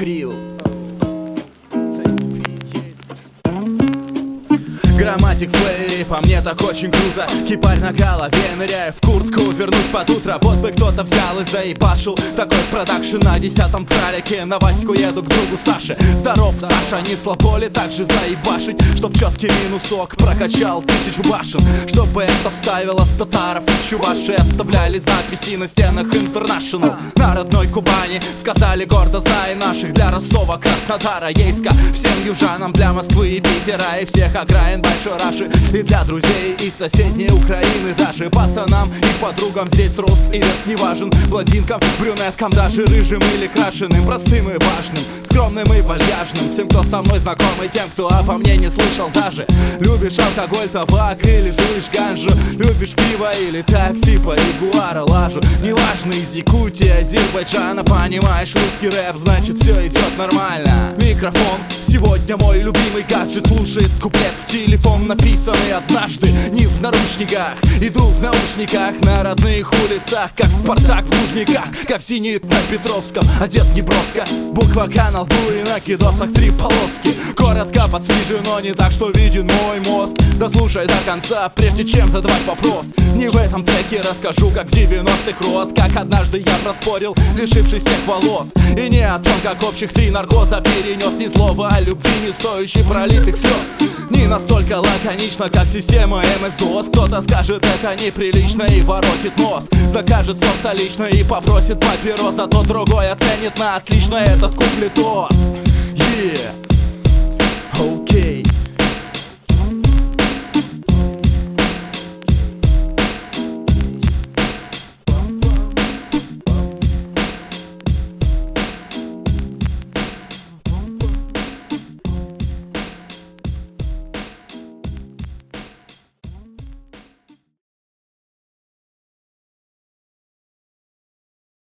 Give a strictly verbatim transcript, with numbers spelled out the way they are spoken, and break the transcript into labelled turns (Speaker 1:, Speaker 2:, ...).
Speaker 1: Дрил. Грамматик флэри, по мне так очень круто. Кипарь на голове, ныряя в куртку, вернусь под утро. Вот бы кто-то взял и заебашил. Такой продакшн на десятом тралике. На Ваську еду к другу Саше. Здоров, Саша, не слабо ли так же заебашить? Чтоб четкий минусок прокачал тысячу башен. Чтобы это вставило татаров и чуваши. Оставляли записи на стенах Интернашнл. На родной Кубани сказали гордо, знай наших. Для Ростова, Краснодара, Ейска. Всем южанам, для Москвы и Питера и всех окраин большой Раши. И для друзей из соседней Украины. Даже пацанам и подругам здесь рост и вес не важен. Блондинкам, брюнеткам, даже рыжим или крашеным. Простым и важным, скромным и вальяжным. Всем, кто со мной знаком, и тем, кто обо мне не слышал даже. Любишь алкоголь, табак или дуешь ганжу? Любишь пиво или так типа ягуара лажу? Неважно, из Якутии, Азербайджана. Понимаешь русский рэп, значит все идет нормально. Микрофон сегодня мой любимый гаджет. Слушает куплет в телефон, написанный однажды. Не в наручниках, иду в наушниках. На родных улицах, как Спартак в Лужниках. Как Зенит на Петровском, одет неброско. Буква К на лбу и на кидосах три полоски. Коротко подстрижено, не так, что виден мой мозг. Дослушай до конца, прежде чем задавать вопрос. Не в этом треке расскажу, как в девяностых рос. Как однажды я проспорил, лишившись всех волос. И не о том, как общих три наркоза перенес. Ни слова о любви, не стоящей пролитых слез. Не настолько лаконично, как система эм эс дос. Кто-то скажет, это неприлично и воротит нос. Закажет сто столично и попросит папирос. А тот другой оценит на отлично этот куплетос. Yeah.